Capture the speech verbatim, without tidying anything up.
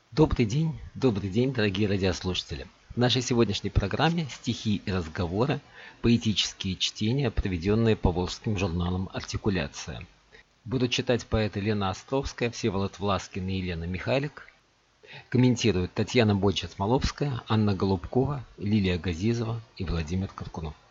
Добрый день, добрый день, дорогие радиослушатели. В нашей сегодняшней программе стихи и разговоры, поэтические чтения, проведенные Поволжским журналом «Артикуляция». Будут читать поэты Лена Островская, Всеволод Власкин и Елена Михайлик. Комментируют Татьяна Бойча-Смоловская, Анна Голубкова, Лилия Газизова и Владимир Каркунов.